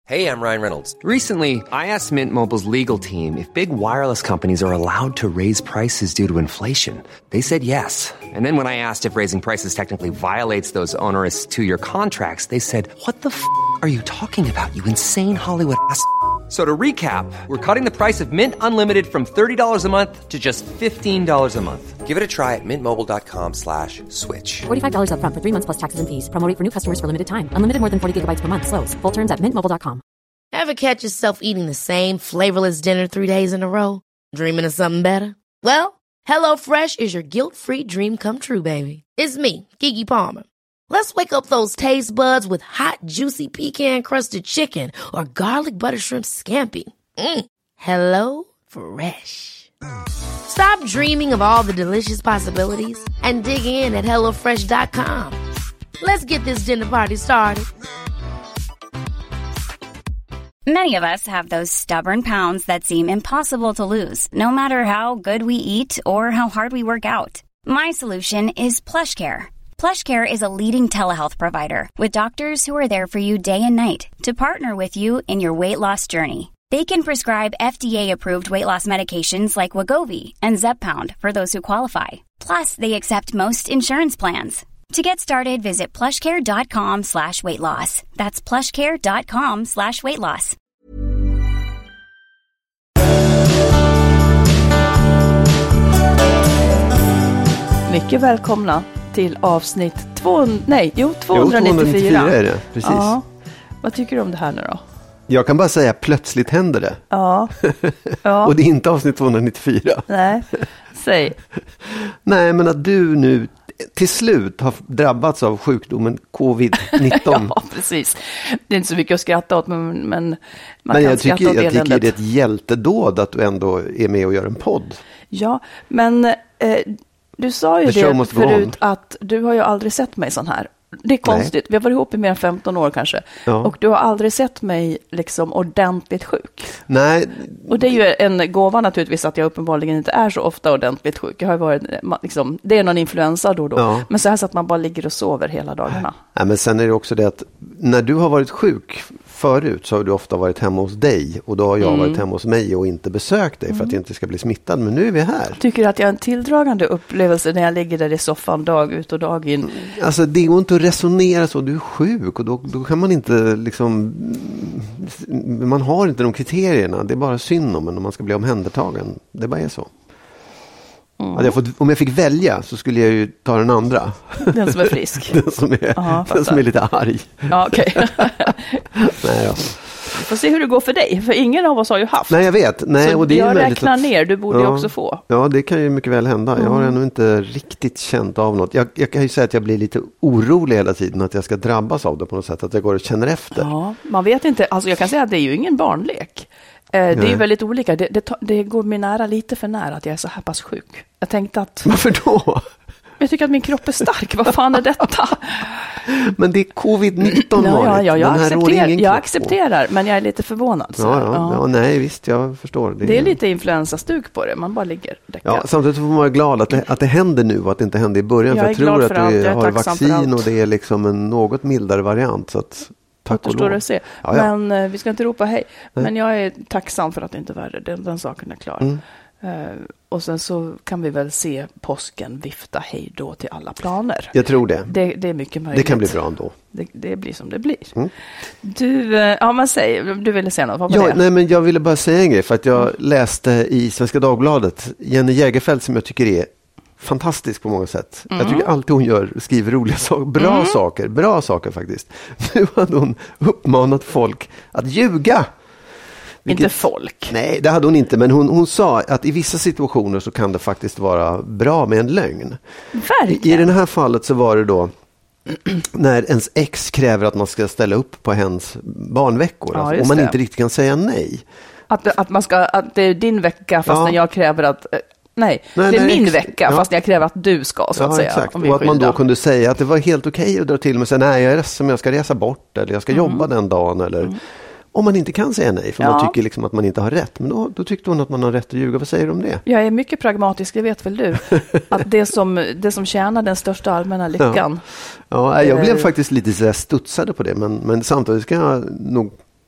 Hey, I'm Ryan Reynolds. Recently, I asked Mint Mobile's legal team if big wireless companies are allowed to raise prices due to inflation. They said yes. And then when I asked if raising prices technically violates those onerous two-year contracts, they said, "What the f*** are you talking about, you insane Hollywood ass?" So to recap, we're cutting the price of Mint Unlimited from $30 a month to just $15 a month. Give it a try at mintmobile.com/switch. $45 up front for 3 months plus taxes and fees. Promo rate for new customers for limited time. Unlimited more than 40 gigabytes per month. Slows full terms at mintmobile.com. Ever catch yourself eating the same flavorless dinner 3 days in a row? Dreaming of something better? Well, HelloFresh is your guilt-free dream come true, baby. It's me, Keke Palmer. Let's wake up those taste buds with hot, juicy pecan-crusted chicken or garlic butter shrimp scampi. Hello Fresh. Stop dreaming of all the delicious possibilities and dig in at HelloFresh.com. Let's get this dinner party started. Many of us have those stubborn pounds that seem impossible to lose, no matter how good we eat or how hard we work out. My solution is PlushCare. PlushCare is a leading telehealth provider with doctors who are there for you day and night to partner with you in your weight loss journey. They can prescribe FDA-approved weight loss medications like Wegovy and Zepbound for those who qualify. Plus, they accept most insurance plans. To get started, visit plushcare.com/weightloss. That's plushcare.com/weightloss. Mycket välkomna till avsnitt 294 är det, precis. Ja. Vad tycker du om det här nu då? Jag kan bara säga, plötsligt händer det. Ja. Ja. Och det är inte avsnitt 294. Nej, säg. Nej, men att du nu till slut har drabbats av sjukdomen covid-19. Ja, precis. Det är inte så mycket att skratta åt, men man kan jag skratta tycker, åt jag eländet. tycker det är ett hjältedåd att du ändå är med och gör en podd. Ja, men du sa ju det förut att du har ju aldrig sett mig sån här. Det är konstigt. Nej. Vi har varit ihop i mer än 15 år kanske. Ja. Och du har aldrig sett mig liksom ordentligt sjuk. Nej. Och det är ju en gåva naturligtvis att jag uppenbarligen inte är så ofta ordentligt sjuk. Jag har varit, liksom, det är någon influensa då och då. Ja. Men så här så att man bara ligger och sover hela dagarna. Ja, men sen är det också det att när du har varit sjuk förut så har du ofta varit hemma hos dig. Och då har jag varit hemma hos mig och inte besökt dig för att jag inte ska bli smittad. Men nu är vi här. Tycker du att jag har en tilldragande upplevelse när jag ligger där i soffan dag ut och dag in? Alltså det går inte att resonera så. Du är sjuk och då kan man inte liksom... Man har inte de kriterierna. Det är bara synd om man ska bli omhändertagen. Det bara är så. Om jag fick välja så skulle jag ju ta den andra. Den som är frisk. den som är lite arg. Ja, okej. Nej då. Får se hur det går för dig. För ingen av oss har ju haft. Nej, jag vet. Nej, så och det är jag räknar ner. Du borde ju också få. Ja, det kan ju mycket väl hända. Jag har ännu inte riktigt känt av något. Jag kan ju säga att jag blir lite orolig hela tiden att jag ska drabbas av det på något sätt. Att jag går och känner efter. Ja, man vet inte. Alltså jag kan säga att det är ju ingen barnlek. Det är ju väldigt olika. Det går mig nära, lite för nära att jag är så här pass sjuk. Jag tänkte att... Varför då? Jag tycker att min kropp är stark. Vad fan är detta? Men det är covid-19. Jag accepterar, men jag är lite förvånad. Ja, nej, visst, jag förstår. Det är lite influensastuk på det. Man bara ligger däckad. Ja, samtidigt får man vara glad att det händer nu och att det inte hände i början. För jag tror att du har vaccin och det är liksom en något mildare variant. Så att... Tack och lov. Att se. Ja. Men vi ska inte ropa hej. Men jag är tacksam för att det inte är värre. Den saken är klar. Och sen så kan vi väl se påsken vifta hej då till alla planer. Jag tror det. Det är mycket möjligt. Det kan bli bra ändå. Det blir som det blir. Du ville säga något. Nej, men jag ville bara säga en grej. För att jag läste i Svenska Dagbladet Jenny Jägerfeld som jag tycker är fantastisk på många sätt. Jag tycker alltid hon skriver roliga saker, bra saker faktiskt. Nu hade hon uppmanat folk att ljuga. Inte folk. Nej, det hade hon inte, men hon sa att i vissa situationer så kan det faktiskt vara bra med en lögn. Verkligen. I det här fallet så var det då när ens ex kräver att man ska ställa upp på hens barnveckor. Alltså, om man inte riktigt kan säga nej. Att det är din vecka fast när jag kräver att... Nej, det är min vecka fast jag kräver att du ska så att säga. Exakt. Och att man då kunde säga att det var helt okej att dra till med sig nej, jag är ledsen, jag ska resa bort eller jag ska jobba den dagen eller om man inte kan säga nej för man tycker liksom att man inte har rätt. Men då tyckte hon att man har rätt att ljuga. Vad säger du om det? Jag är mycket pragmatisk, det vet väl du. Att det som tjänar den största allmänna lyckan. Ja, jag blev faktiskt lite så här studsade på det men samtidigt ska jag nog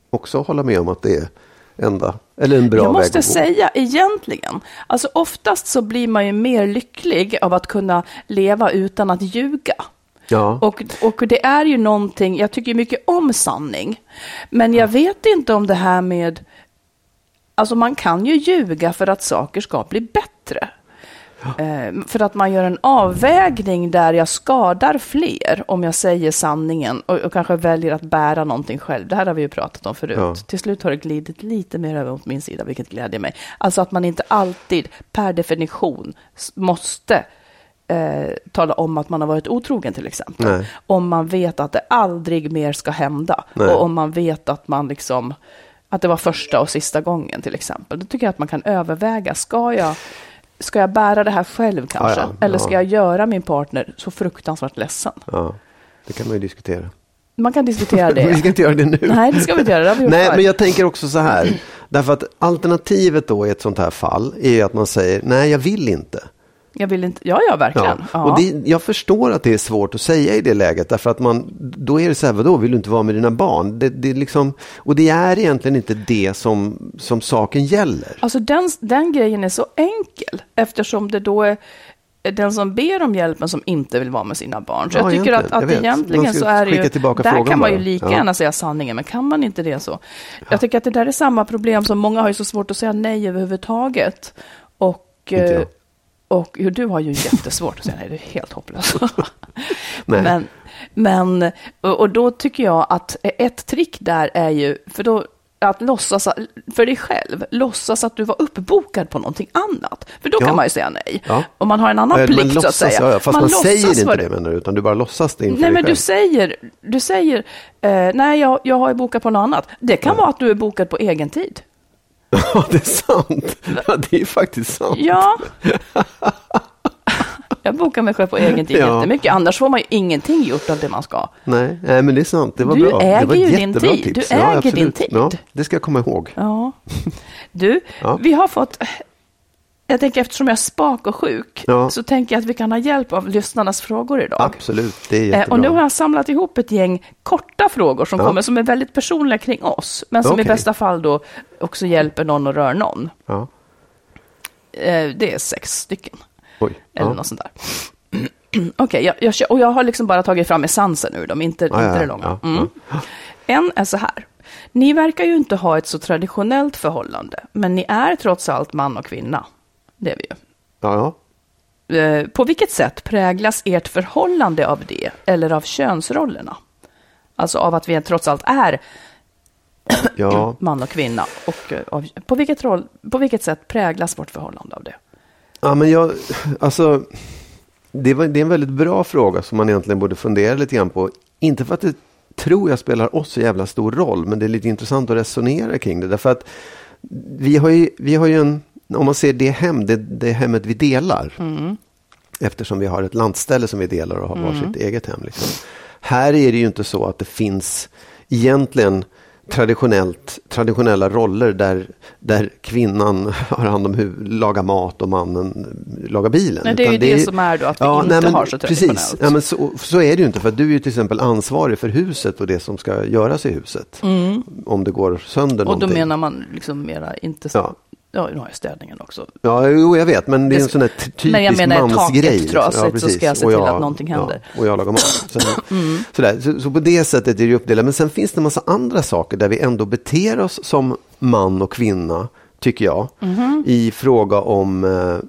också hålla med om att det är eller en bra väg. Jag måste säga egentligen, alltså oftast så blir man ju mer lycklig av att kunna leva utan att ljuga. Ja. Och det är ju någonting, jag tycker mycket om sanning, men jag vet inte om det här med, alltså man kan ju ljuga för att saker ska bli bättre. För att man gör en avvägning där jag skadar fler om jag säger sanningen och kanske väljer att bära någonting själv. Det här har vi ju pratat om förut. Ja. Till slut har det glidit lite mer över mot min sida, vilket glädjer mig. Alltså att man inte alltid per definition måste tala om att man har varit otrogen till exempel. Nej. Om man vet att det aldrig mer ska hända. Nej. Och om man vet att man liksom, att det var första och sista gången till exempel. Då tycker jag att man kan överväga, ska jag bära det här själv kanske? Eller ska jag göra min partner så fruktansvärt ledsen? Ja, det kan man ju diskutera. Man kan diskutera det. Vi ska inte göra det nu. Nej, det ska vi inte göra. Nej, men jag tänker också så här. Därför att alternativet då i ett sånt här fall är att man säger, nej jag vill inte. Jag vill inte, ja verkligen. Ja. Och jag förstår att det är svårt att säga i det läget, därför att då är det så här, då vill du inte vara med dina barn. Det liksom, och det är egentligen inte det som saken gäller. Alltså den grejen är så enkel, eftersom det då är den som ber om hjälpen som inte vill vara med sina barn. Så jag tycker att egentligen så är det ju, där kan man ju lika gärna säga sanningen, men kan man inte det så? Jag tycker att det där är samma problem som många har ju så svårt att säga nej överhuvudtaget. Och du har ju jättesvårt att säga nej, det är helt hopplöst. men då tycker jag att ett trick där är ju, för då att låtsas för dig själv, låtsas att du var uppbokad på någonting annat. För då kan man ju säga nej. Ja. Om man har en annan plikt låtsas, så att säga. Ja, fast man säger inte det, menar du, utan du bara låtsas det inför nej, dig men själv. Du säger nej, jag har bokat på något annat. Det kan vara att du är bokad på egen tid. Ja, det är sant. Ja, det är faktiskt sant. Ja. Jag bokar mig själv på egen tid jättemycket. Annars får man ju ingenting gjort av det man ska. Nej, men det är sant. Det var du bra. Äger det var ju din tid. Tips. Du äger din tid. Ja, det ska jag komma ihåg. Ja. Du, vi har fått... Jag tänker, eftersom jag är spak och sjuk, så tänker jag att vi kan ha hjälp av lyssnarnas frågor idag. Absolut, det är jättebra. Och nu har jag samlat ihop ett gäng korta frågor som kommer, som är väldigt personliga kring oss, men som i bästa fall då också hjälper någon och rör någon. Ja. Det är 6 stycken. Oj. Eller något sånt där. Okej, jag har liksom bara tagit fram essensen ur dem, inte det långa. En är så här. Ni verkar ju inte ha ett så traditionellt förhållande, men ni är trots allt man och kvinna. Det är vi ju. Ja. På vilket sätt präglas ert förhållande av det, eller av könsrollerna? Alltså av att vi trots allt är man och kvinna. Och på vilket sätt präglas vårt förhållande av det? Ja, men det är en väldigt bra fråga som man egentligen borde fundera lite grann på. Inte för att det tror jag spelar oss så jävla stor roll, men det är lite intressant att resonera kring det. Därför att vi har ju en, om man ser det hemmet vi delar, eftersom vi har ett landställe som vi delar och har varsitt eget hem. Liksom. Här är det ju inte så att det finns egentligen traditionella roller där kvinnan har hand om laga mat och mannen lagar bilen. Nej, det är ju det som är då att vi inte har så traditionellt. Precis, ja, men så är det ju inte, för att du är ju till exempel ansvarig för huset och det som ska göras i huset. Om det går sönder någonting. Och då menar man liksom mera inte så... Ja, nu har jag städningen också. Ja, jag vet, men det är en sån där typisk mansgrej. Men jag menar, taket trasigt så ska jag se till att någonting händer. Ja, och jag lagar mat. Så på det sättet är det uppdelat. Men sen finns det en massa andra saker där vi ändå beter oss som man och kvinna, tycker jag. I fråga om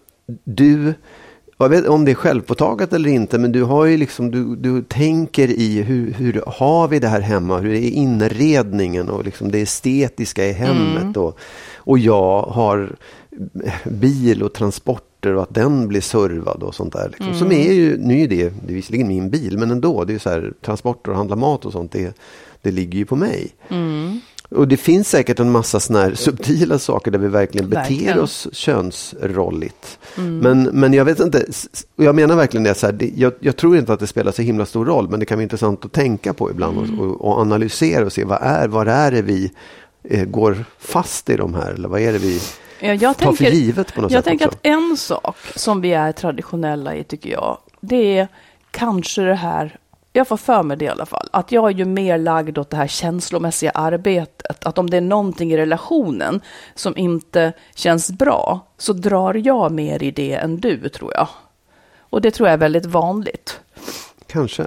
jag vet om det är självpåtaget eller inte, men du har ju liksom, du tänker i hur har vi det här hemma, hur är inredningen och liksom det estetiska i hemmet och jag har bil och transporter och att den blir servad och sånt där liksom. Som är ju, nu är det visserligen min bil, men ändå, det är ju så här, transporter och handla mat och sånt, det ligger ju på mig. Och det finns säkert en massa såna här subtila saker där vi verkligen beter oss könsrolligt. Men jag vet inte, jag menar verkligen det så här, jag tror inte att det spelar så himla stor roll, men det kan vara intressant att tänka på ibland och analysera och se vad är det vi går fast i de här, eller vad är det vi tar för givet på något sätt. Jag tänker att en sak som vi är traditionella i, tycker jag, det är kanske det här Jag får för mig det i alla fall. Att jag är ju mer lagd åt det här känslomässiga arbetet. Att om det är någonting i relationen som inte känns bra, så drar jag mer i det än du, tror jag. Och det tror jag är väldigt vanligt. Kanske.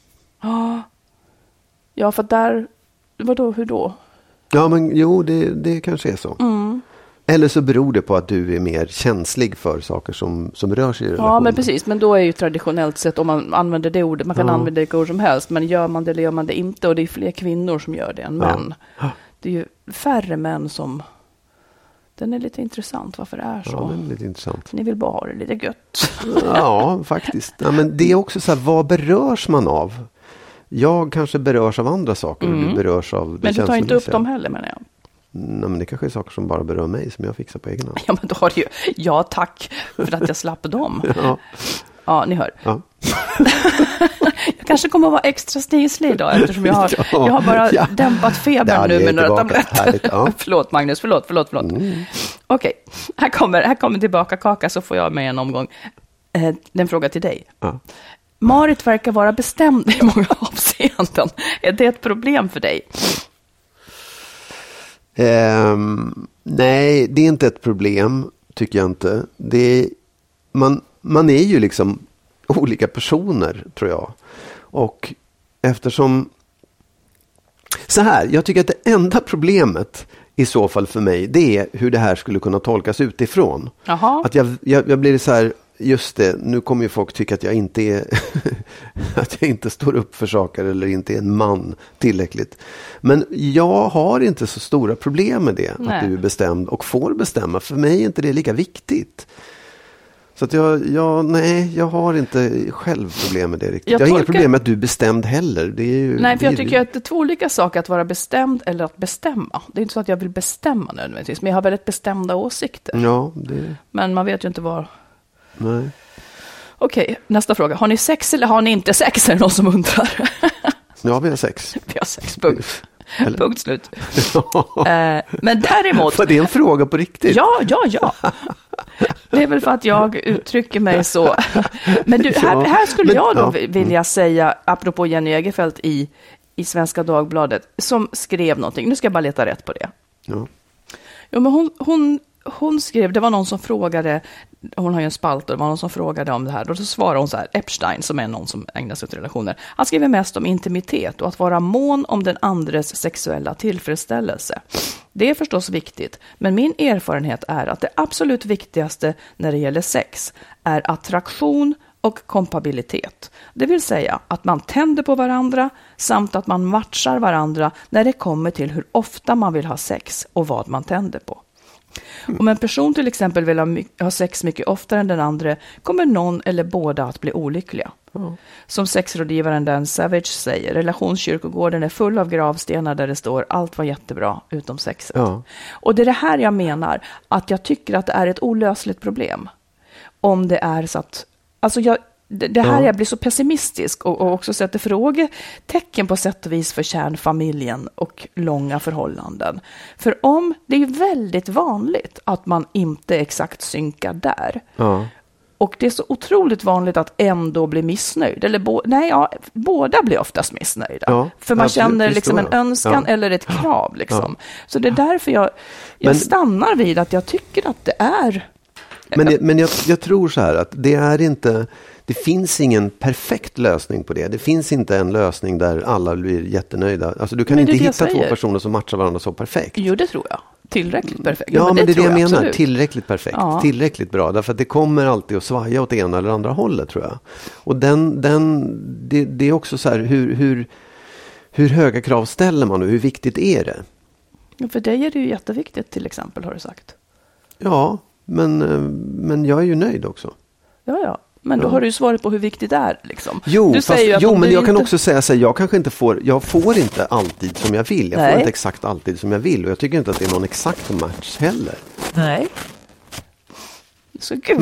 Ja, för där... Vadå, hur då? Ja, men jo, det kanske är så. Eller så beror det på att du är mer känslig för saker som rör sig i relationen. Ja, men precis. Men då är ju traditionellt sett, om man använder det ordet, man kan använda det ord som helst, men gör man det eller gör man det inte? Och det är fler kvinnor som gör det än män. Det är ju färre män som... Den är lite intressant, varför det är så. Ja, den är lite intressant. Ni vill bara ha det lite gött. Ja, faktiskt. Ja, men det är också så här, vad berörs man av? Jag kanske berörs av andra saker och du berörs av det. Men du tar inte upp dem heller, menar jag. Nej, men det kanske är saker som bara berör mig som jag fixar på egen hand. Ja, men då har du ju... Ja, tack för att jag slapp dem. Ja, ni hör. Ja. Jag kanske kommer att vara extra stingslig idag eftersom jag har bara dämpat febern nu med några tabletter. Ja. Förlåt Magnus, förlåt. Okej, här kommer tillbaka kaka, så får jag med en omgång. Den fråga till dig. Ja. Marit verkar vara bestämd i många avseenden. Är det ett problem för dig? Nej, det är inte ett problem, tycker jag inte. Man är ju liksom olika personer, tror jag. Och eftersom... Så här, jag tycker att det enda problemet i så fall för mig, det är hur det här skulle kunna tolkas utifrån. Aha. Att jag blir så här... Just det, nu kommer ju folk tycka att jag inte är att jag inte står upp för saker eller inte är en man tillräckligt. Men jag har inte så stora problem med det. Nej. Att du är bestämd och får bestämma. För mig är inte det lika viktigt. Så att jag har inte själv problem med det riktigt. Jag har inga problem med att du är bestämd heller. Det är ju, nej, för jag tycker att det är två olika saker, att vara bestämd eller att bestämma. Det är inte så att jag vill bestämma nödvändigtvis, men jag har väldigt bestämda åsikter. Ja, det... Men man vet ju inte var... Nej. Okej, nästa fråga. Har ni sex eller har ni inte sex? Är det någon som undrar? Ja, vi har sex. Vi har sex, punkt. Punkt slut. Men däremot... För det är en fråga på riktigt. Ja. Det är väl för att jag uttrycker mig så. Men du, här skulle jag då vilja säga, apropå Jenny Jägerfeld i Svenska Dagbladet, som skrev någonting. Nu ska jag bara leta rätt på det. Ja, men hon skrev, det var någon som frågade, hon har ju en spalt och det var någon som frågade om det här, och så svarade hon så här: Epstein, som är någon som ägnar sig åt relationer, han skriver mest om intimitet och att vara mån om den andres sexuella tillfredsställelse. Det är förstås viktigt, men min erfarenhet är att det absolut viktigaste när det gäller sex är attraktion och kompabilitet. Det vill säga att man tänder på varandra samt att man matchar varandra när det kommer till hur ofta man vill ha sex och vad man tänder på. Om en person till exempel vill ha sex mycket oftare än den andra, kommer någon eller båda att bli olyckliga. Som sexrådgivaren Dan Savage säger, relationskyrkogården är full av gravstenar där det står allt var jättebra utom sexet. Och det är det här jag menar, att jag tycker att det är ett olösligt problem. Om det är så att, alltså det här jag blir så pessimistisk och också sätter frågetecken på sätt och vis för kärnfamiljen och långa förhållanden. För det är väldigt vanligt att man inte exakt synkar där. Och det är så otroligt vanligt att en då blir missnöjd. Eller båda blir oftast missnöjda. För man känner liksom en önskan eller ett krav. Liksom. Så det är därför jag stannar vid att jag tycker att det är... Men jag tror så här att det är inte... Det finns ingen perfekt lösning på det. Det finns inte en lösning där alla blir jättenöjda. Alltså du kan inte hitta två personer som matchar varandra så perfekt. Jo, det tror jag. Tillräckligt perfekt. Ja, men det är det jag menar. Absolut. Tillräckligt perfekt. Ja. Tillräckligt bra. Därför att det kommer alltid att svaja åt ena eller andra hållet, tror jag. Och det är också så här, hur höga krav ställer man och hur viktigt är det? Ja, för dig är det ju jätteviktigt, till exempel, har du sagt. Ja, men jag är ju nöjd också. Ja. Men då har du ju svaret på hur viktigt det är. Liksom. Men jag kan också säga så här, jag får inte alltid som jag vill. Jag får inte exakt alltid som jag vill. Och jag tycker inte att det är någon exakt match heller. Nej. Så gud,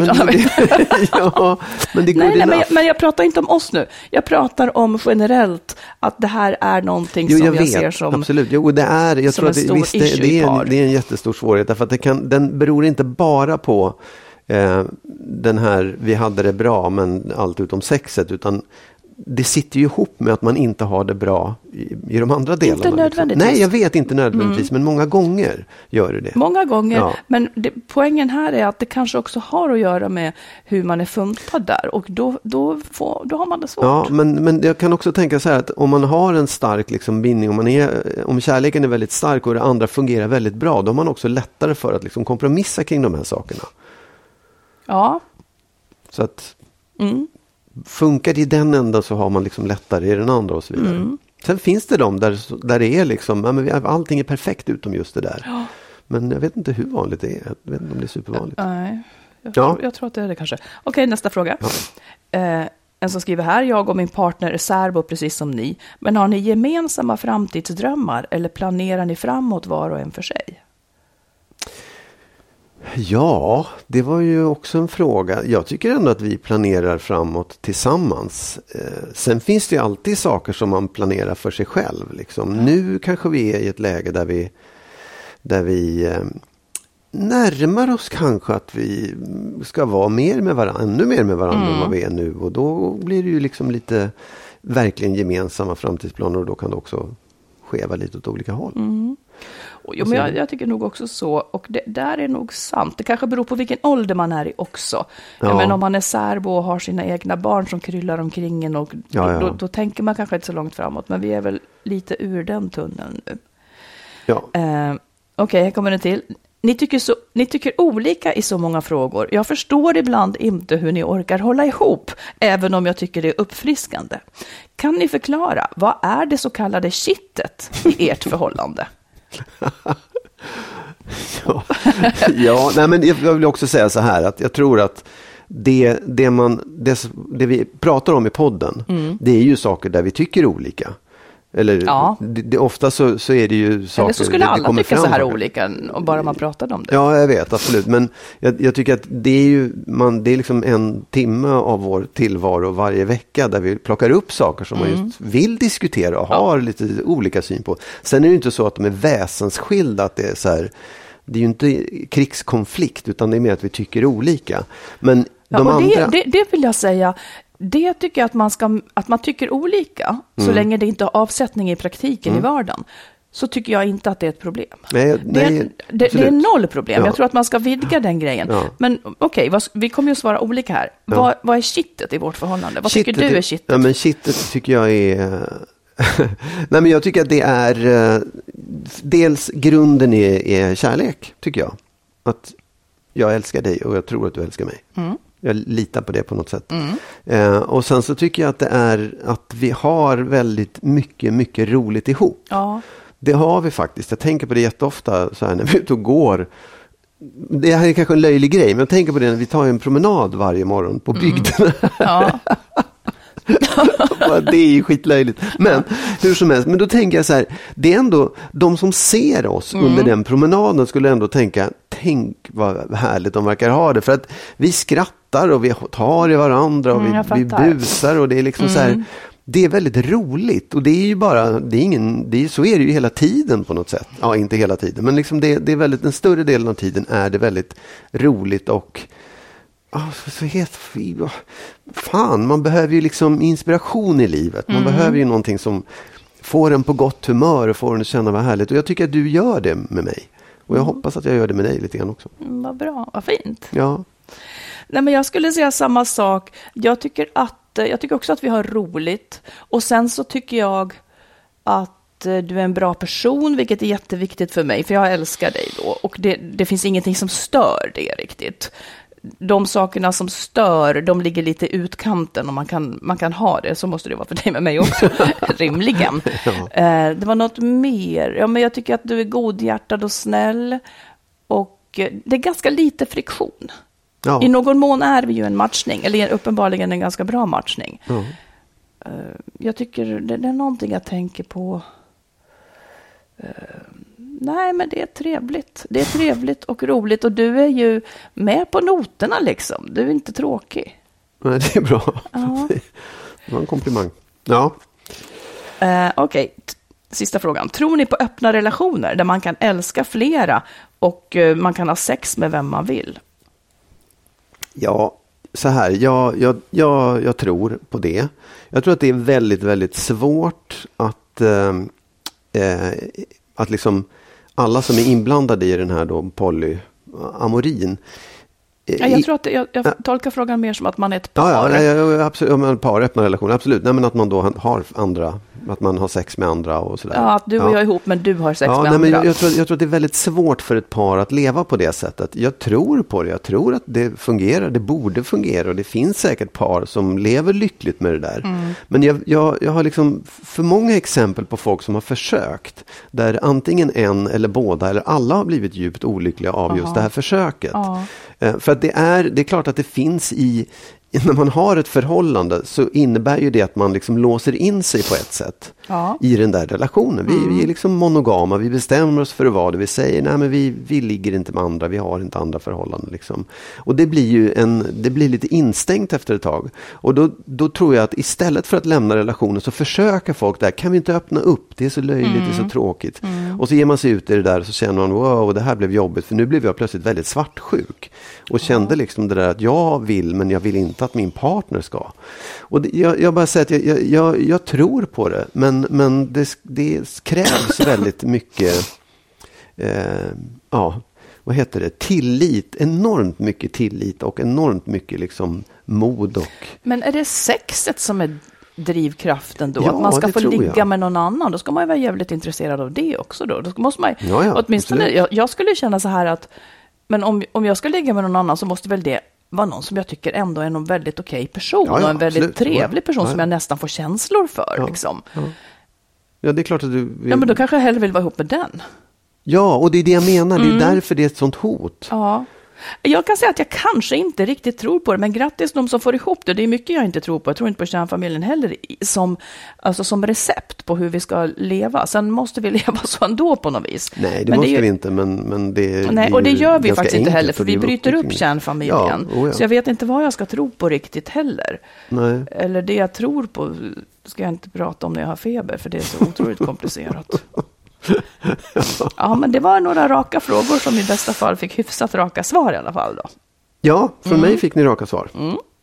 men jag pratar inte om oss nu. Jag pratar om generellt att det här är någonting som jag ser som absolut. Jo, det är, jag tror att det är en jättestor svårighet. Därför att den beror inte bara på den här, vi hade det bra men allt utom sexet, utan det sitter ju ihop med att man inte har det bra i de andra delarna. Inte nödvändigtvis. Nej, jag vet, inte nödvändigtvis, men många gånger gör det. Många gånger, men poängen här är att det kanske också har att göra med hur man är funtad där, och då har man det svårt. Ja, men jag kan också tänka så här att om man har en stark liksom bindning, om kärleken är väldigt stark och det andra fungerar väldigt bra, då har man också lättare för att liksom kompromissa kring de här sakerna. Ja. Så att funkar det i den ändan så har man liksom lättare i den andra och så vidare. Sen finns det de där det är liksom, allting är perfekt utom just det där. Ja. Men jag vet inte hur vanligt det är. Jag vet inte om det är supervanligt. Nej, jag tror att det är det kanske. Okej, nästa fråga. Ja. En som skriver här: jag och min partner är särbo precis som ni. Men har ni gemensamma framtidsdrömmar eller planerar ni framåt var och en för sig? Ja, det var ju också en fråga. Jag tycker ändå att vi planerar framåt tillsammans. Sen finns det ju alltid saker som man planerar för sig själv. Liksom. Nu kanske vi är i ett läge där vi närmar oss kanske att vi ska vara mer med varandra, ännu mer med varandra än vad vi är nu. Och då blir det ju liksom lite verkligen gemensamma framtidsplaner, och då kan det också skeva lite åt olika håll. Jo, men jag tycker nog också så, och det där är nog sant. Det kanske beror på vilken ålder man är i också. Ja. Men om man är särbo och har sina egna barn som kryllar omkring en, och då tänker man kanske inte så långt framåt, men vi är väl lite ur den tunneln nu. Ja. Okej, här kommer det till. Ni tycker olika i så många frågor. Jag förstår ibland inte hur ni orkar hålla ihop, även om jag tycker det är uppfriskande. Kan ni förklara, vad är det så kallade kittet i ert förhållande? Nej, men jag vill också säga så här, att jag tror att det vi pratar om i podden, det är ju saker där vi tycker olika. Eller ofta så är det ju saker... Eller så skulle alla tycka så här olika, och bara man pratade om det. Ja, jag vet, absolut. Men jag tycker att det är ju det är liksom en timme av vår tillvaro varje vecka där vi plockar upp saker som man just vill diskutera och har lite olika syn på. Sen är det ju inte så att de är väsensskilda, att det är så här... Det är ju inte krigskonflikt, utan det är mer att vi tycker olika. Men det vill jag säga... Det tycker jag att man tycker olika, så länge det inte har avsättning i praktiken i vardagen, så tycker jag inte att det är ett problem. Det är noll problem. Ja. Jag tror att man ska vidga den grejen. Ja. Men okej, vi kommer ju att svara olika här. Ja. Vad är kittet i vårt förhållande? Vad tycker du är kittet? Ja, men kittet tycker jag är... Nej, men jag tycker att det är... Dels grunden är kärlek, tycker jag. Att jag älskar dig och jag tror att du älskar mig. Jag litar på det på något sätt. Och sen så tycker jag att det är att vi har väldigt mycket roligt ihop. Ja. Det har vi faktiskt. Jag tänker på det jätteofta så här när vi är ute och går. Det här är kanske en löjlig grej, men jag tänker på det när vi tar en promenad varje morgon på bygden. Ja. Det är ju skitlöjligt. Men hur som helst, men då tänker jag så här, det är ändå de som ser oss under den promenaden skulle ändå tänk vad härligt de verkar ha det, för att vi skrattar och vi tar i varandra och vi busar, och det är liksom så här, det är väldigt roligt, och det är ju bara så är det ju hela tiden på något sätt. Ja, inte hela tiden, men liksom det är väldigt, den större delen av tiden är det väldigt roligt, och fan, man behöver ju liksom inspiration i livet. Man behöver ju någonting som får en på gott humör och får en att känna vad härligt. Och jag tycker att du gör det med mig. Och jag hoppas att jag gör det med dig lite grann också. Vad bra, vad fint. Ja. Nej, men jag skulle säga samma sak. Jag tycker också att vi har roligt. Och sen så tycker jag att du är en bra person, vilket är jätteviktigt för mig. För jag älskar dig då. Och det finns ingenting som stör det riktigt. De sakerna som stör, de ligger lite i utkanten, och man kan ha det. Så måste det vara för dig med mig också, rimligen. Ja. Det var något mer. Ja, men jag tycker att du är godhjärtad och snäll. Och det är ganska lite friktion. Ja. I någon mån är vi ju en matchning, eller uppenbarligen en ganska bra matchning. Ja. Jag tycker det är någonting jag tänker på. Nej, men det är trevligt. Det är trevligt och roligt. Och du är ju med på noterna liksom. Du är inte tråkig. Nej, det är bra. Ja. Det var en komplimang. Ja. Okej. Sista frågan. Tror ni på öppna relationer där man kan älska flera och man kan ha sex med vem man vill? Ja, så här, jag tror på det. Jag tror att det är väldigt, väldigt svårt att liksom alla som är inblandade i den här då polyamorin. Jag tror att jag tolkar frågan mer som att man är ett par. Ja, absolut. Par, öppna relationer, absolut. Nej, men att man då har andra, att man har sex med andra och sådär. Ja, att du och jag är ihop, men du har sex med andra. Men jag tror att det är väldigt svårt för ett par att leva på det sättet. Jag tror på det. Jag tror att det fungerar. Det borde fungera. Och det finns säkert par som lever lyckligt med det där. Men jag har liksom för många exempel på folk som har försökt. Där antingen en eller båda eller alla har blivit djupt olyckliga av just det här försöket. För att det är klart att det finns när man har ett förhållande så innebär ju det att man liksom låser in sig på ett sätt i den där relationen. Vi är liksom monogama, vi bestämmer oss för vad vi säger. Nej, men vi ligger inte med andra, vi har inte andra förhållanden. Liksom. Och det blir ju det blir lite instängt efter ett tag. Och då tror jag att istället för att lämna relationen så försöker folk där, kan vi inte öppna upp? Det är så löjligt, det är så tråkigt. Och så ger man sig ut i det där och så känner man, wow, det här blev jobbigt. För nu blev jag plötsligt väldigt svartsjuk. Och kände liksom det där att jag vill, men jag vill inte att min partner ska. Och jag bara säger att jag tror på det, men det krävs väldigt mycket vad heter det? Tillit, enormt mycket tillit och enormt mycket liksom mod Men är det sexet som är drivkraften då? Att man ska få ligga med någon annan? Då ska man ju vara jävligt intresserad av det också då. Då måste man åtminstone, jag skulle känna så här att men om jag ska ligga med någon annan så måste väl det vara någon som jag tycker ändå är en väldigt okej person och en väldigt trevlig person som jag nästan får känslor för. Liksom. Ja, det är klart att du vill. Ja, men då kanske jag hellre vill vara ihop med den. Ja, och det är det jag menar. Det är därför det är ett sånt hot. Ja. Jag kan säga att jag kanske inte riktigt tror på det, men grattis de som får ihop det. Det är mycket jag inte tror på. Jag tror inte på kärnfamiljen heller som recept på hur vi ska leva. Sen måste vi leva så ändå på något vis. Nej, det måste vi inte, men det nej, och det gör vi faktiskt inte heller, för vi bryter upp kärnfamiljen. Ja. Så jag vet inte vad jag ska tro på riktigt heller. Nej. Eller det jag tror på ska jag inte prata om när jag har feber, för det är så otroligt komplicerat. Ja, men det var några raka frågor som i bästa fall fick hyfsat raka svar i alla fall då. Ja, för mig fick ni raka svar.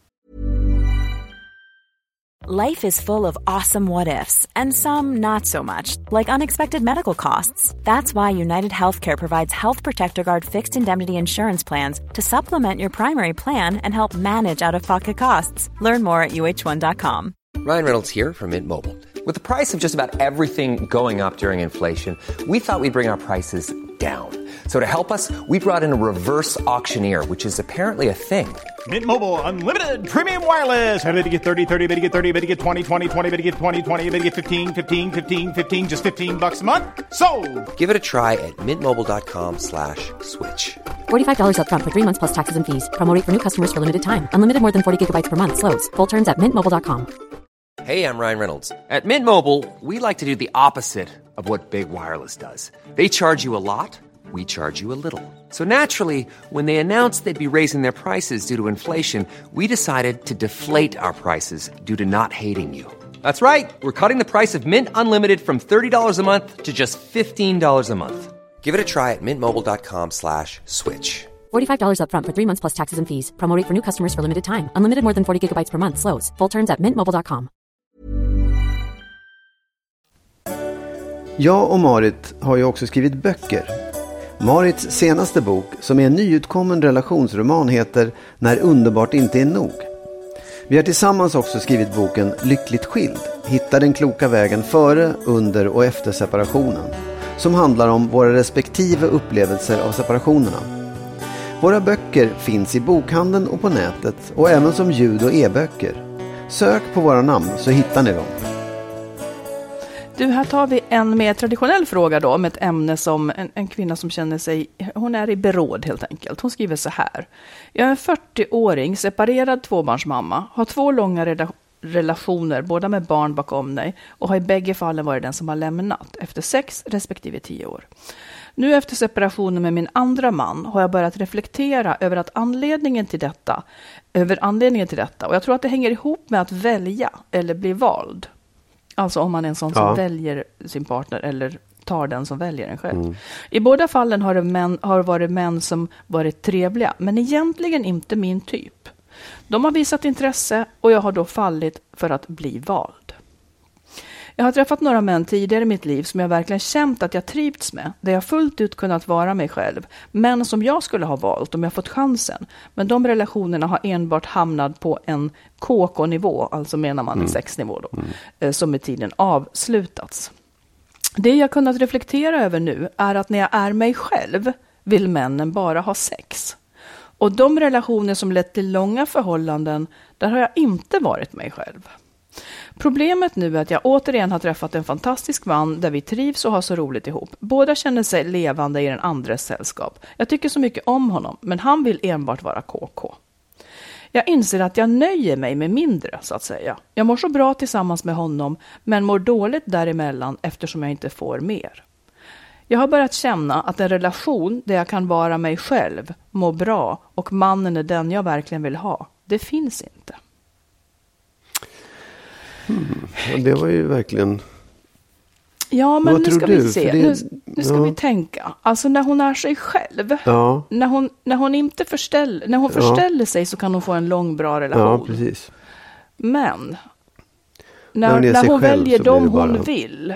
Life is full of awesome what ifs and some not so much, like unexpected medical costs. That's why United Healthcare provides Health Protector Guard fixed indemnity insurance plans to supplement your primary plan and help manage out-of-pocket costs. Learn more at uh1.com. Ryan Reynolds here from Mint Mobile. With the price of just about everything going up during inflation, we thought we'd bring our prices down. So to help us, we brought in a reverse auctioneer, which is apparently a thing. Mint Mobile Unlimited Premium Wireless. How to get 30, 30, bit to get 30, bit to get 20, 20, 20, bit to get 20, 20, bit to get 15, 15, 15, 15, just $15 a month? Sold! Give it a try at mintmobile.com/switch. $45 up front for 3 months plus taxes and fees. Promo rate for new customers for limited time. Unlimited more than 40 gigabytes per month. Slows full terms at mintmobile.com. Hey, I'm Ryan Reynolds. At Mint Mobile, we like to do the opposite of what Big Wireless does. They charge you a lot, we charge you a little. So naturally, when they announced they'd be raising their prices due to inflation, we decided to deflate our prices due to not hating you. That's right. We're cutting the price of Mint Unlimited from $30 a month to just $15 a month. Give it a try at mintmobile.com/switch. $45 up front for 3 months plus taxes and fees. Promo rate for new customers for limited time. Unlimited more than 40 gigabytes per month. Slows full terms at mintmobile.com. Jag och Marit har ju också skrivit böcker. Marits senaste bok, som är en nyutkommen relationsroman, heter När underbart inte är nog. Vi har tillsammans också skrivit boken Lyckligt skild. Hitta den kloka vägen före, under och efter separationen. Som handlar om våra respektive upplevelser av separationerna. Våra böcker finns i bokhandeln och på nätet och även som ljud- och e-böcker. Sök på våra namn så hittar ni dem. Du, här tar vi en mer traditionell fråga då, om ett ämne som en kvinna som känner sig, hon är i beråd helt enkelt. Hon skriver så här: jag är en 40-åring, separerad tvåbarnsmamma, har 2 långa relationer, båda med barn bakom mig, och har i bägge fallen varit den som har lämnat efter 6 respektive 10 år. Nu efter separationen med min andra man har jag börjat reflektera över anledningen till detta. Och jag tror att det hänger ihop med att välja eller bli vald. Alltså om man är en sån som väljer sin partner eller tar den som väljer en själv. I båda fallen har det varit män som varit trevliga, men egentligen inte min typ. De har visat intresse och jag har då fallit för att bli vald. Jag har träffat några män tidigare i mitt liv som jag verkligen känt att jag trivts med, där jag fullt ut kunnat vara mig själv, men som jag skulle ha valt om jag fått chansen. Men de relationerna har enbart hamnat på en KK-nivå, alltså menar man en sexnivå då, som med tiden avslutats. Det jag kunnat reflektera över nu är att när jag är mig själv vill männen bara ha sex. Och de relationer som lett till långa förhållanden, där har jag inte varit mig själv. Problemet nu är att jag återigen har träffat en fantastisk man där vi trivs och har så roligt ihop. Båda känner sig levande i den andres sällskap. Jag tycker så mycket om honom, men han vill enbart vara KK. Jag inser att jag nöjer mig med mindre, så att säga. Jag mår så bra tillsammans med honom, men mår dåligt däremellan eftersom jag inte får mer. Jag har börjat känna att en relation där jag kan vara mig själv, må bra och mannen är den jag verkligen vill ha, det finns inte. Ja, det var ju verkligen... Ja, men nu ska vi se. Nu ska vi tänka. Alltså när hon är sig själv. Ja. När hon inte förställer sig så kan hon få en lång bra relation. Ja, precis. Men när hon väljer dem hon vill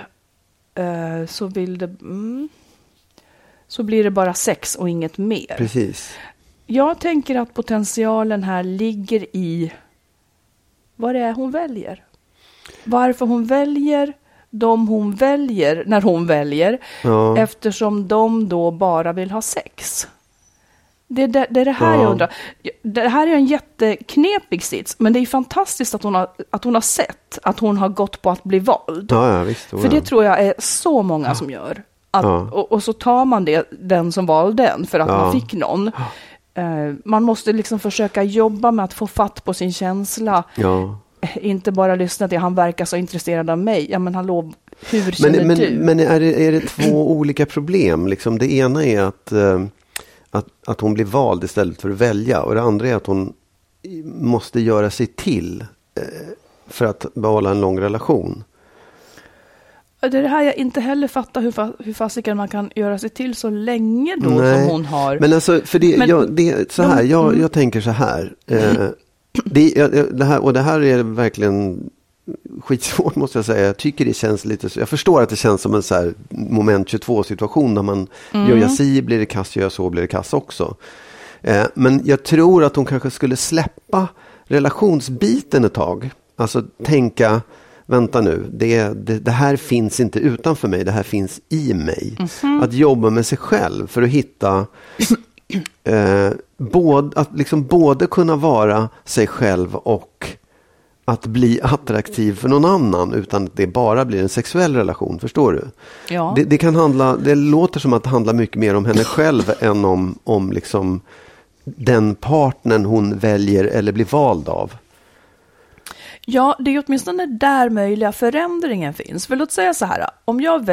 så blir det bara sex och inget mer. Precis. Jag tänker att potentialen här ligger i vad det är hon väljer. Varför hon väljer de hon väljer när hon väljer, eftersom de då bara vill ha sex. Det är det här jag undrar. Det här är en jätteknepig sits, men det är fantastiskt att hon har sett att hon har gått på att bli vald. Ja, visst, för det tror jag är så många som gör. Och så tar man den som valde den för att man fick någon. Man måste liksom försöka jobba med att få fatt på sin känsla. Ja. Inte bara lyssna till han verkar så intresserad av mig. Ja, men hallå, hur känner du? Men är det två olika problem? Liksom, det ena är att hon blir vald istället för att välja. Och det andra är att hon måste göra sig till för att behålla en lång relation. Det är det här jag inte heller fattar hur fasiken man kan göra sig till så länge då som hon har. Men alltså, för jag tänker så här. Det här är verkligen skitsvårt, måste jag säga. Jag tycker det känns lite så. Jag förstår att det känns som en så här moment 22 situation där man gör jag si, blir det kass, gör jag så, blir det kass också. Men jag tror att hon kanske skulle släppa relationsbiten ett tag. Alltså tänka, vänta nu, det här finns inte utanför mig, det här finns i mig. Att jobba med sig själv för att hitta både kunna vara sig själv och att bli attraktiv för någon annan utan att det bara blir en sexuell relation, förstår du? Ja. Det kan handla, det låter som att det handlar mycket mer om henne själv än om liksom den partnern hon väljer eller blir vald av. Ja, det är åtminstone där möjliga förändringen finns. För låt säga så här, om jag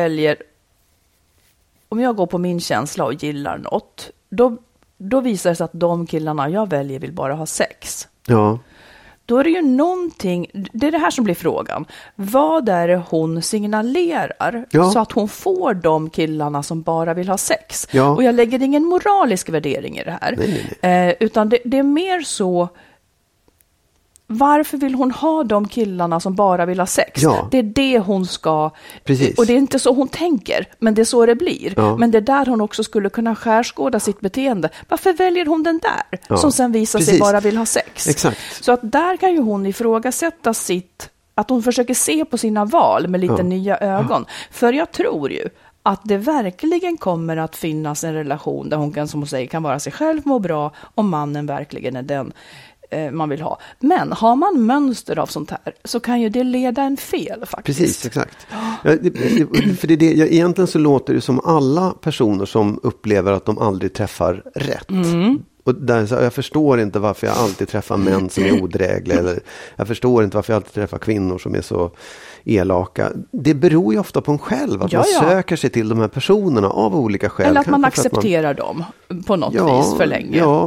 går på min känsla och gillar något, då visar det sig att de killarna jag väljer vill bara ha sex. Ja. Då är det ju någonting, det är det här som blir frågan. Vad är det hon signalerar så att hon får de killarna som bara vill ha sex? Ja. Och jag lägger ingen moralisk värdering i det här. Nej. Utan det är mer så, varför vill hon ha de killarna som bara vill ha sex? Ja. Det är det hon ska... Precis. Och det är inte så hon tänker, men det är så det blir. Ja. Men det är där hon också skulle kunna skärskåda sitt beteende. Varför väljer hon den där som sen visar sig bara vill ha sex? Exakt. Så att där kan ju hon ifrågasätta att hon försöker se på sina val med lite nya ögon. För jag tror ju att det verkligen kommer att finnas en relation där hon kan, som hon säger, kan vara sig själv, må bra, om mannen verkligen är den man vill ha. Men har man mönster av sånt här så kan ju det leda en fel faktiskt. Precis, exakt. För egentligen så låter det som alla personer som upplever att de aldrig träffar rätt. Och jag förstår inte varför jag alltid träffar män som är odrägliga, eller jag förstår inte varför jag alltid träffar kvinnor som är så elaka. Det beror ju ofta på en själv att man söker sig till de här personerna av olika skäl. Eller att man accepterar dem på något vis för länge.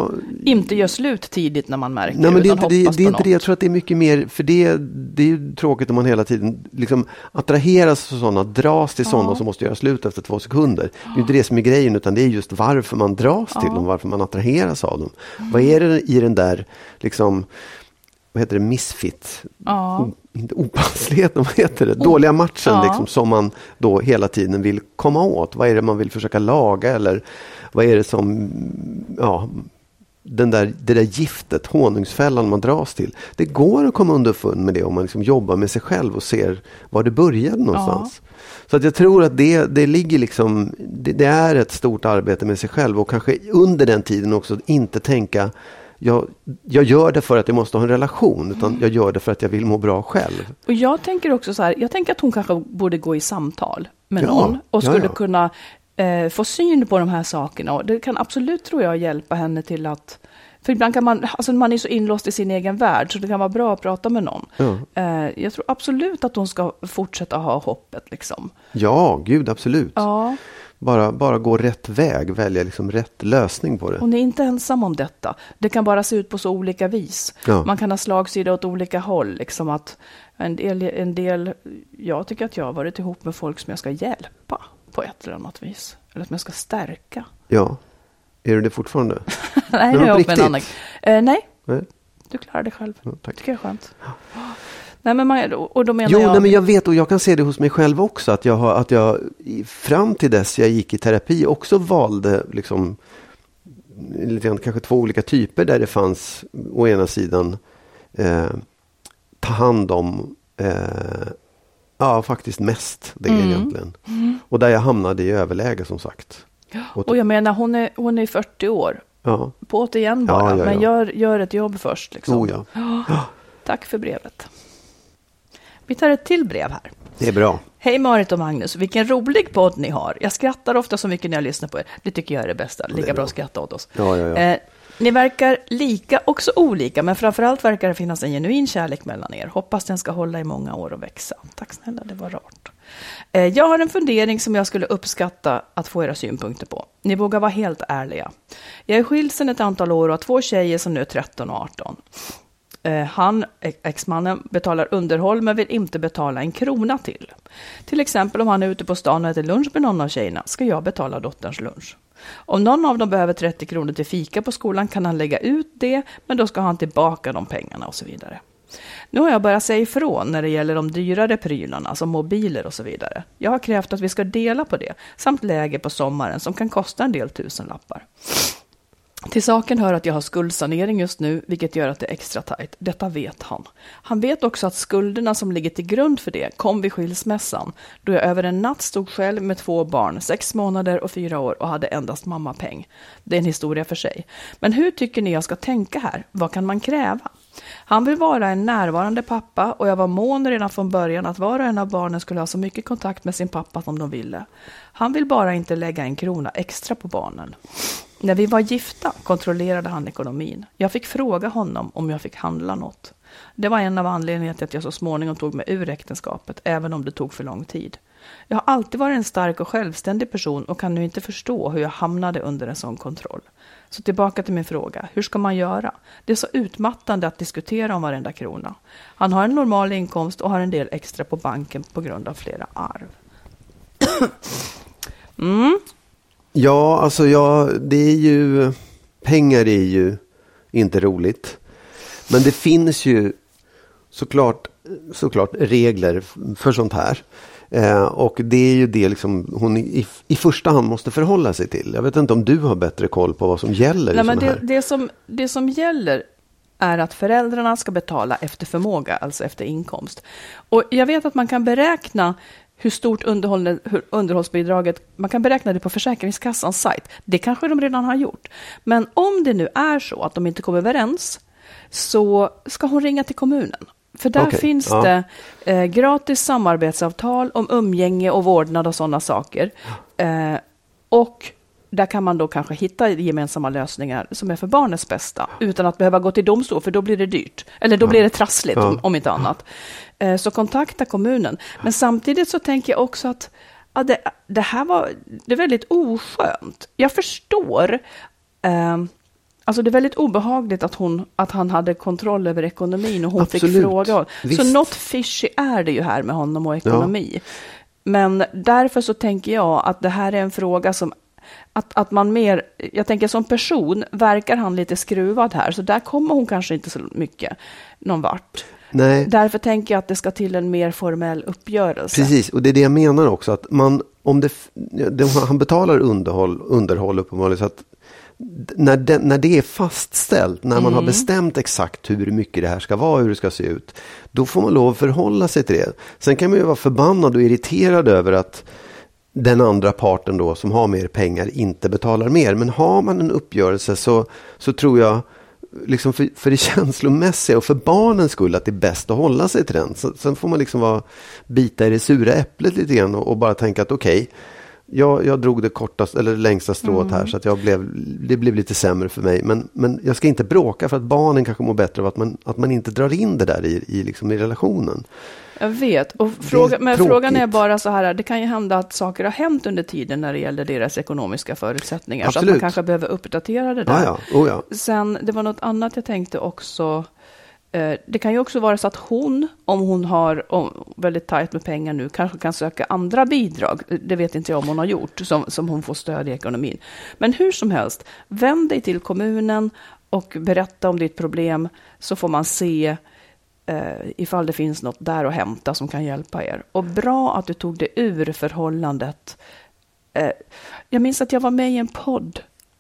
inte gör slut tidigt när man märker. Nej, men det är inte det. Jag tror att det är mycket mer, för det är ju tråkigt om man hela tiden liksom attraheras av sådana, dras till sådana som måste göra slut efter 2 sekunder. Det är inte det som är grejen, utan det är just varför man dras till dem, varför man attraheras av dem. Vad är det i den där liksom, vad heter det, misfit? Inte opassligheten, vad heter det? Dåliga matchen liksom, som man då hela tiden vill komma åt. Vad är det man vill försöka laga, eller vad är det som det där giftet, honungsfällan man dras till. Det går att komma underfund med det om man liksom jobbar med sig själv och ser var det började någonstans. Så att jag tror att det ligger liksom, det är ett stort arbete med sig själv, och kanske under den tiden också inte tänka jag gör det för att jag måste ha en relation, utan jag gör det för att jag vill må bra själv. Och jag tänker också så här, jag tänker att hon kanske borde gå i samtal med någon och skulle kunna få syn på de här sakerna. Och det kan absolut, tror jag, hjälpa henne till att, för ibland kan man är så inlåst i sin egen värld, så det kan vara bra att prata med någon. Jag tror absolut att hon ska fortsätta ha hoppet liksom. Ja, gud, absolut. Ja. Bara gå rätt väg, välja liksom rätt lösning på det. Hon är inte ensam om detta. Det kan bara se ut på så olika vis. Ja. Man kan ha slagsida åt olika håll. Liksom att en del, jag tycker att jag har varit ihop med folk som jag ska hjälpa på ett eller annat vis. Eller som jag ska stärka. Ja. Är du det fortfarande? Nej, nu är jag ihop med en annan. Nej, du klarar det själv. Ja, tack. Tycker jag är skönt. Nej, men och då menar jag... men jag vet, och jag kan se det hos mig själv också, att jag fram till dess jag gick i terapi också valde liksom lite grann, kanske 2 olika typer, där det fanns å ena sidan ta hand om faktiskt mest det egentligen. Och där jag hamnade i överläge, som sagt. Och jag menar, hon är 40 år. På återigen bara, men gör ett jobb först liksom. Tack för brevet. Vi tar ett till brev här. Det är bra. Hej Marit och Magnus, vilken rolig podd ni har. Jag skrattar ofta så mycket när jag lyssnar på er. Det tycker jag är det bästa. Lika bra att skratta åt oss. Ni verkar lika, också olika, men framförallt verkar det finnas en genuin kärlek mellan er. Hoppas den ska hålla i många år och växa. Tack snälla, det var rart. Jag har en fundering som jag skulle uppskatta att få era synpunkter på. Ni vågar vara helt ärliga. Jag är skild sedan ett antal år och har 2 tjejer som nu är 13 och 18. Exmannen betalar underhåll men vill inte betala en krona till exempel om han är ute på stan och äter lunch med någon av tjejerna, ska jag betala dotterns lunch. Om någon av dem behöver 30 kronor till fika på skolan kan han lägga ut det, men då ska han tillbaka de pengarna och så vidare. Nu har jag börjat säga ifrån när det gäller de dyrare prylarna som mobiler och så vidare. Jag har krävt att vi ska dela på det, samt läge på sommaren som kan kosta en del tusenlappar. Till saken hör att jag har skuldsanering just nu, vilket gör att det är extra tajt. Detta vet han. Han vet också att skulderna som ligger till grund för det kom vid skilsmässan, då jag över en natt stod själv med 2 barn, 6 månader och 4 år och hade endast mammapeng. Det är en historia för sig. Men hur tycker ni jag ska tänka här? Vad kan man kräva? Han vill vara en närvarande pappa och jag var mån redan från början att var och en av barnen skulle ha så mycket kontakt med sin pappa som de ville. Han vill bara inte lägga en krona extra på barnen. När vi var gifta kontrollerade han ekonomin. Jag fick fråga honom om jag fick handla något. Det var en av anledningarna till att jag så småningom tog mig ur äktenskapet, även om det tog för lång tid. Jag har alltid varit en stark och självständig person och kan nu inte förstå hur jag hamnade under en sån kontroll. Så tillbaka till min fråga, hur ska man göra? Det är så utmattande att diskutera om varenda krona. Han har en normal inkomst och har en del extra på banken på grund av flera arv. Ja, alltså det är ju, pengar är ju inte roligt. Men det finns ju såklart regler för sånt här. Och det är ju det liksom hon i första hand måste förhålla sig till. Jag vet inte om du har bättre koll på vad som gäller. Nej, men det som gäller är att föräldrarna ska betala efter förmåga, alltså efter inkomst. Och jag vet att man kan beräkna hur stort underhållsbidraget, man kan beräkna det på Försäkringskassans sajt. Det kanske de redan har gjort. Men om det nu är så att de inte kommer överens, så ska hon ringa till kommunen. För där finns det gratis samarbetsavtal om umgänge och vårdnad och sådana saker. Och där kan man då kanske hitta gemensamma lösningar som är för barnets bästa utan att behöva gå till domstol, för då blir det dyrt. Eller då blir det trassligt om inte annat. Så kontakta kommunen. Men samtidigt så tänker jag också att det är väldigt oskönt. Jag förstår Alltså det är väldigt obehagligt att han hade kontroll över ekonomin och hon fick fråga. Visst. Så något fishy är det ju här med honom och ekonomi. Ja. Men därför så tänker jag att det här är en fråga som att man mer, jag tänker som person verkar han lite skruvad här, så där kommer hon kanske inte så mycket någon vart. Nej. Därför tänker jag att det ska till en mer formell uppgörelse. Precis, och det är det jag menar också, att han betalar underhåll uppenbarligen, så att när det är fastställt, när man har bestämt exakt hur mycket det här ska vara, hur det ska se ut, då får man lov att förhålla sig till det. Sen kan man ju vara förbannad och irriterad över att den andra parten då som har mer pengar inte betalar mer. Men har man en uppgörelse så tror jag liksom för det känslomässiga och för barnens skull att det är bäst att hålla sig till den. Sen får man liksom bita i det sura äpplet lite grann och bara tänka att okej, jag drog det kortaste eller längsta strået här, så att det blev lite sämre för mig. Men jag ska inte bråka för att barnen kanske mår bättre av att man inte drar in det där i relationen. Jag vet. Och frågan är bara så här, det kan ju hända att saker har hänt under tiden när det gäller deras ekonomiska förutsättningar. Absolut. Så att man kanske behöver uppdatera det där. Ja. Sen, det var något annat jag tänkte också. Det kan ju också vara så att om hon har väldigt tajt med pengar nu, kanske kan söka andra bidrag. Det vet inte jag om hon har gjort, som hon får stöd i ekonomin. Men hur som helst, vänd dig till kommunen och berätta om ditt problem, så får man se ifall det finns något där att hämta som kan hjälpa er. Och bra att du tog det ur förhållandet. Jag minns att jag var med i en podd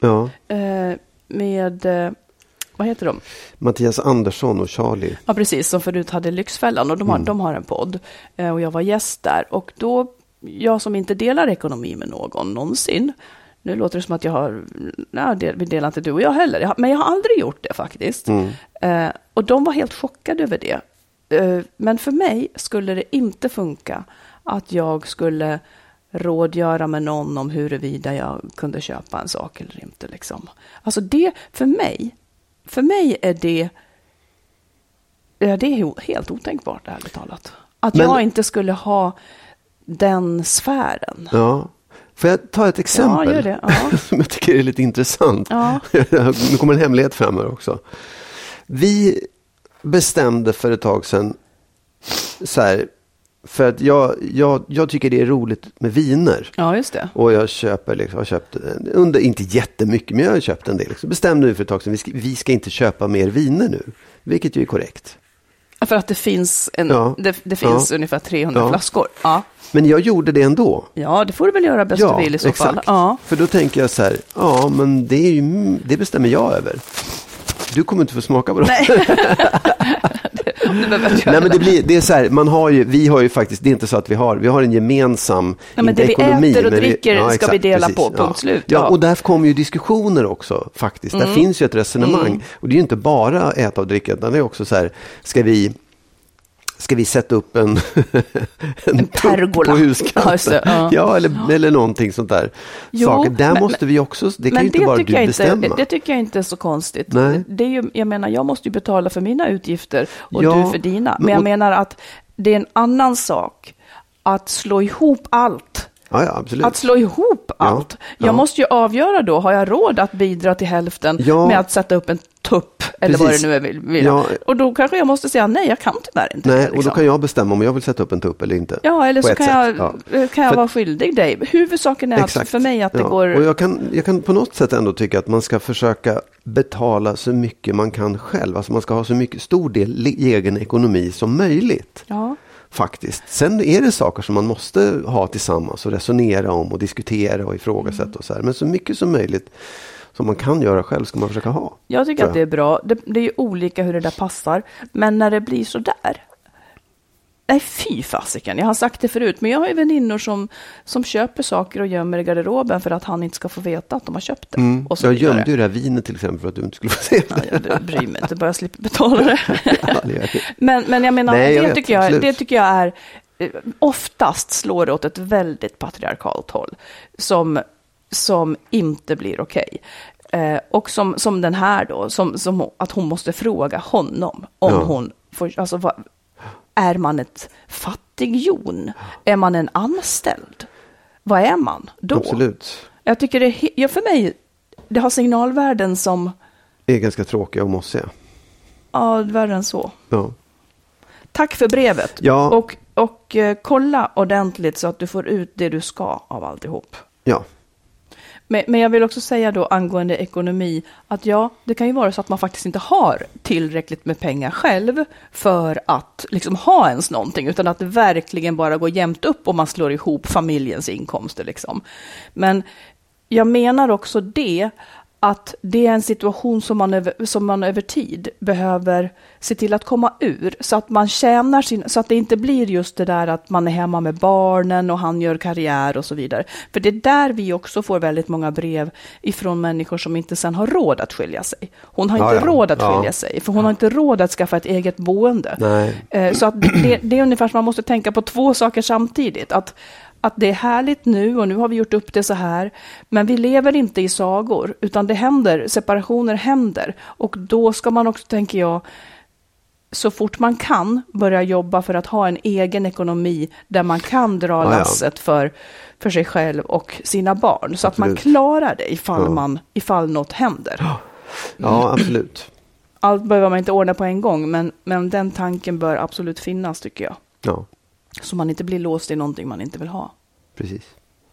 med... vad heter de? Mattias Andersson och Charlie. Ja, precis. Som förut hade Lyxfällan. Och de har en podd. Och jag var gäst där. Och då, jag som inte delar ekonomi med någon någonsin. Nu låter det som att jag har... Nej, vi delar inte du och jag heller. Men jag har aldrig gjort det faktiskt. Och de var helt chockade över det. Men för mig skulle det inte funka att jag skulle rådgöra med någon om huruvida jag kunde köpa en sak eller inte. Liksom. Alltså det, för mig är det är helt otänkbart, ärligt talat. Att jag inte skulle ha den sfären. Ja. Får jag ta ett exempel? Ja, gör det. Ja. Som jag tycker är lite intressant. Ja. Nu kommer en hemlighet fram här också. Vi bestämde för ett tag sedan så här, för att jag tycker det är roligt med viner. Ja, just det. Och jag har köpt inte jättemycket, men jag har köpt en del. Så bestämde vi för ett tag sedan, vi ska inte köpa mer viner nu. Vilket ju är korrekt. För att det finns det finns ungefär 300 flaskor. Ja. Men jag gjorde det ändå. Ja, det får du väl göra bäst du vill i så fall. Ja, för då tänker jag så här, men det bestämmer jag över. Du kommer inte få smaka på det. Nej. Nej, men det är så här, vi har ju faktiskt, det är inte så att vi har en gemensam men det ekonomi, vi äter och dricker ska vi dela på, punkt slut. Ja, och där kommer ju diskussioner också faktiskt. Där finns ju ett resonemang. Och det är ju inte bara äta och dricka, utan det är också så här, ska vi sätta upp en pergola på huskanten? Ja, eller någonting sånt där. Saker. Där måste vi också, det kan ju inte bara du bestämma. Det tycker jag inte är så konstigt. Det är ju, jag menar, jag måste ju betala för mina utgifter och du för dina. Men jag menar att det är en annan sak att slå ihop allt. Ja, absolut. Att slå ihop allt. Jag måste ju avgöra då, har jag råd att bidra till hälften med att sätta upp en tupp eller vad det nu är vill. Ja. Och då kanske jag måste säga nej, jag kan tyvärr inte. Nej, liksom. Och då kan jag bestämma om jag vill sätta upp en tupp eller inte. Ja, eller så kan jag vara skyldig dig. Huvudsaken är att för mig att det går... Och jag kan på något sätt ändå tycka att man ska försöka betala så mycket man kan själv. Alltså man ska ha så mycket stor del egen ekonomi som möjligt. Ja. Faktiskt. Sen är det saker som man måste ha tillsammans och resonera om och diskutera och ifrågasätta och så här. Men så mycket som möjligt som man kan göra själv ska man försöka ha. Jag tycker att det är bra. Det är ju olika hur det där passar. Men när det blir så där. Nej, fy fasiken. Jag har sagt det förut. Men jag har ju väninnor som köper saker och gömmer i garderoben för att han inte ska få veta att de har köpt det. Och så jag gömde ju det här vinet till exempel för att du inte skulle få se det. Ja, jag bryr mig inte. Bara slippa betala det. Men jag menar, det tycker jag är... Oftast slår det åt ett väldigt patriarkalt håll. Som inte blir okej. Och som den här då. Som att hon måste fråga honom om hon får... Alltså, är man ett fattigjon? Är man en anställd? Vad är man då? Absolut. Jag tycker för mig, det har signalvärden som är ganska tråkiga och mossiga. Ja, värre än så. Ja. Tack för brevet. Ja. Och kolla ordentligt så att du får ut det du ska av alltihop. Ja. Men jag vill också säga då angående ekonomi att det kan ju vara så att man faktiskt inte har tillräckligt med pengar själv för att liksom ha ens någonting, utan att det verkligen bara går jämnt upp om man slår ihop familjens inkomster liksom. Men jag menar också att det är en situation som man över tid behöver se till att komma ur, så att man tjänar så att det inte blir just det där att man är hemma med barnen och han gör karriär och så vidare. För det är där vi också får väldigt många brev ifrån människor som inte sen har råd att skilja sig. Hon har inte råd att skilja sig, för hon har inte råd att skaffa ett eget boende. Nej. Så att det är ungefär som man måste tänka på två saker samtidigt. Att det är härligt nu och nu har vi gjort upp det så här. Men vi lever inte i sagor, utan det händer, separationer händer. Och då ska man också, tänker jag, så fort man kan börja jobba för att ha en egen ekonomi där man kan dra lasset för sig själv och sina barn. Så att man klarar det ifall något händer. Ja, absolut. Allt behöver man inte ordna på en gång, men den tanken bör absolut finnas, tycker jag. Ja. Så man inte blir låst i någonting man inte vill ha. Precis.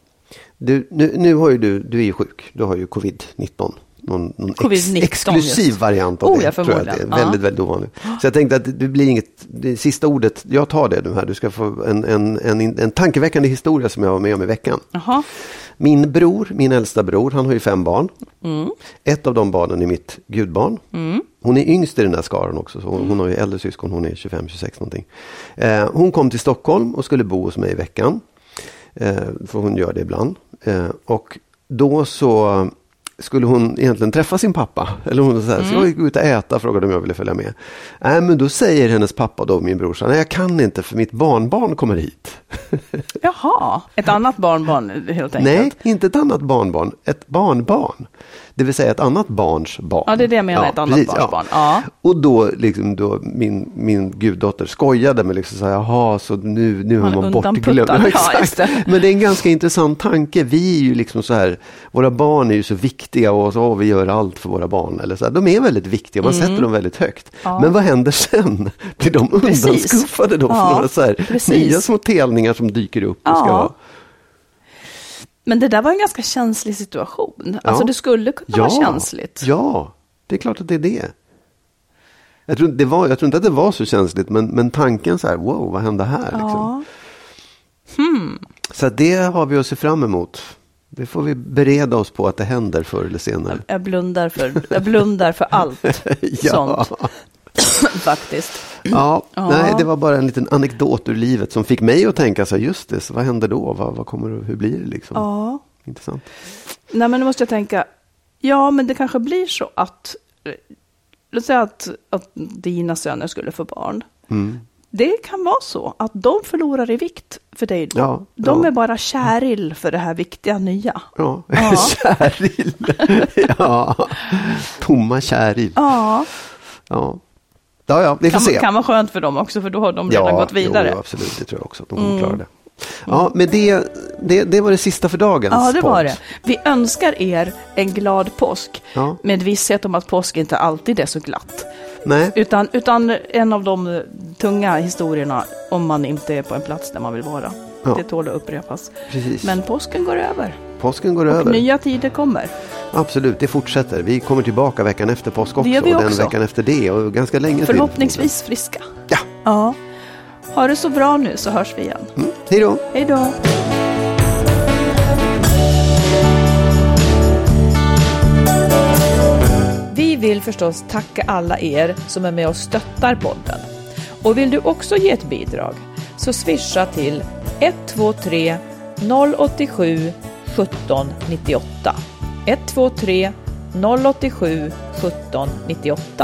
Nu har ju du är ju sjuk. Du har ju covid-19. Någon COVID-19 exklusiv variant av det. Tror jag det är väldigt, väldigt ovanligt. Så jag tänkte att det blir det sista ordet, jag tar det nu här. Du ska få en tankeväckande historia som jag var med om i veckan. Aha. Min äldsta bror, han har ju 5 barn. Ett av de barnen är mitt gudbarn. Hon är yngst i den där skaran också. Så hon har ju äldre syskon, hon är 25-26 någonting. Hon kom till Stockholm och skulle bo hos mig i veckan. För hon gör det ibland. Och då så skulle hon egentligen träffa sin pappa. Eller hon så jag gick ut och äta, frågade om jag ville följa med. Men då säger hennes pappa då, min brorsa, nej jag kan inte för mitt barnbarn kommer hit. Jaha, ett annat barnbarn helt enkelt. Nej, inte ett annat barnbarn, ett barnbarn. Det vill säga ett annat barns barn. Ja, det är det jag menar, ett annat barns barn. Ja. Och då, liksom, min guddotter skojade med liksom så här, jaha, så nu har man bortglömt. Ja, men det är en ganska intressant tanke. Vi är ju liksom så här, våra barn är ju så viktiga och så vi gör allt för våra barn. Eller så här. De är väldigt viktiga, man sätter dem väldigt högt. Ja. Men vad händer sen? Blir de undanskuffade då för några så här nya små telningar som dyker upp och ska ha? Men det där var en ganska känslig situation. Alltså det skulle kunna vara känsligt. Ja, det är klart att det är det. Jag tror inte att det var så känsligt, men tanken så här, wow, vad hände här? Liksom. Så det har vi att se fram emot. Det får vi bereda oss på att det händer förr eller senare. Jag blundar för allt sånt. Faktiskt. Ja, nej, det var bara en liten anekdot ur livet som fick mig att tänka så här, just det, så vad händer då? Hur blir det liksom? Ja. Intressant. Nej, men nu måste jag tänka, men det kanske blir så att, låt säga att dina söner skulle få barn. Det kan vara så att de förlorar i vikt för dig då. Ja, de är bara käril för det här viktiga nya. Ja. Käril. Tomma käril. Ja, vi får se. Det kan vara skönt för dem också, för då har de redan gått vidare. Ja, absolut, det tror jag också att de kommer klara det. Ja, men det var det sista för dagens Ja, det podd. var det. Vi önskar er en glad påsk med visshet om att påsk inte alltid är så glatt. Nej. Utan en av de tunga historierna om man inte är på en plats där man vill vara. Ja. Det tål att upprepas. Precis. Men påsken går över. Påsken går och över. Nya tider kommer. Absolut, det fortsätter. Vi kommer tillbaka veckan efter påsk också. Det gör vi också. Och den veckan efter det och ganska länge Förhoppningsvis friska. Ja. Ha det så bra nu, så hörs vi igen. Hej då. Hej då. Vi vill förstås tacka alla er som är med och stöttar podden. Och vill du också ge ett bidrag, så swisha till 123 087 17 98. 123 087 17 98.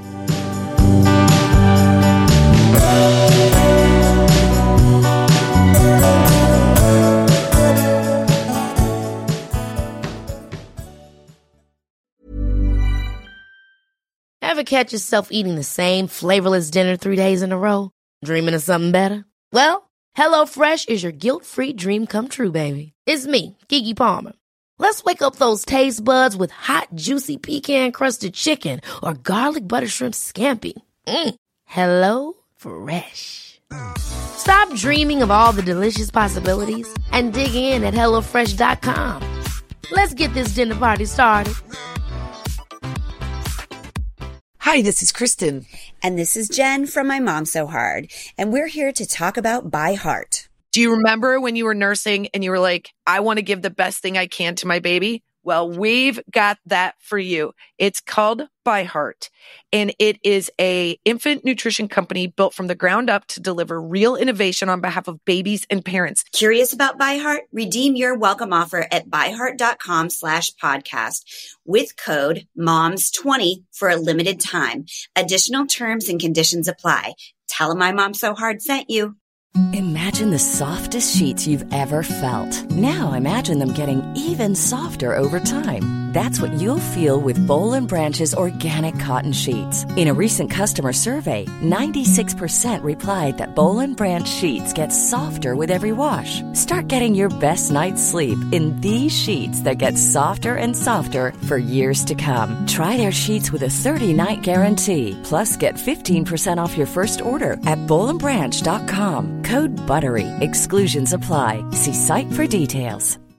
Ever catch yourself eating the same flavorless dinner 3 days in a row? Dreaming of something better? Well, HelloFresh is your guilt-free dream come true, baby. It's me, Keke Palmer. Let's wake up those taste buds with hot, juicy pecan-crusted chicken or garlic butter shrimp scampi. Hello Fresh. Stop dreaming of all the delicious possibilities and dig in at HelloFresh.com. Let's get this dinner party started. Hi, this is Kristen. And this is Jen from My Mom So Hard. And we're here to talk about By Heart. Do you remember when you were nursing and you were like, I want to give the best thing I can to my baby? Well, we've got that for you. It's called By Heart, and it is a infant nutrition company built from the ground up to deliver real innovation on behalf of babies and parents. Curious about By Heart? Redeem your welcome offer at byheart.com/podcast with code MOMS20 for a limited time. Additional terms and conditions apply. Tell them My Mom So Hard sent you. Imagine the softest sheets you've ever felt. Now imagine them getting even softer over time. That's what you'll feel with Boll & Branch's organic cotton sheets. In a recent customer survey, 96% replied that Boll & Branch sheets get softer with every wash. Start getting your best night's sleep in these sheets that get softer and softer for years to come. Try their sheets with a 30-night guarantee. Plus, get 15% off your first order at bollandbranch.com. Code BUTTERY. Exclusions apply. See site for details.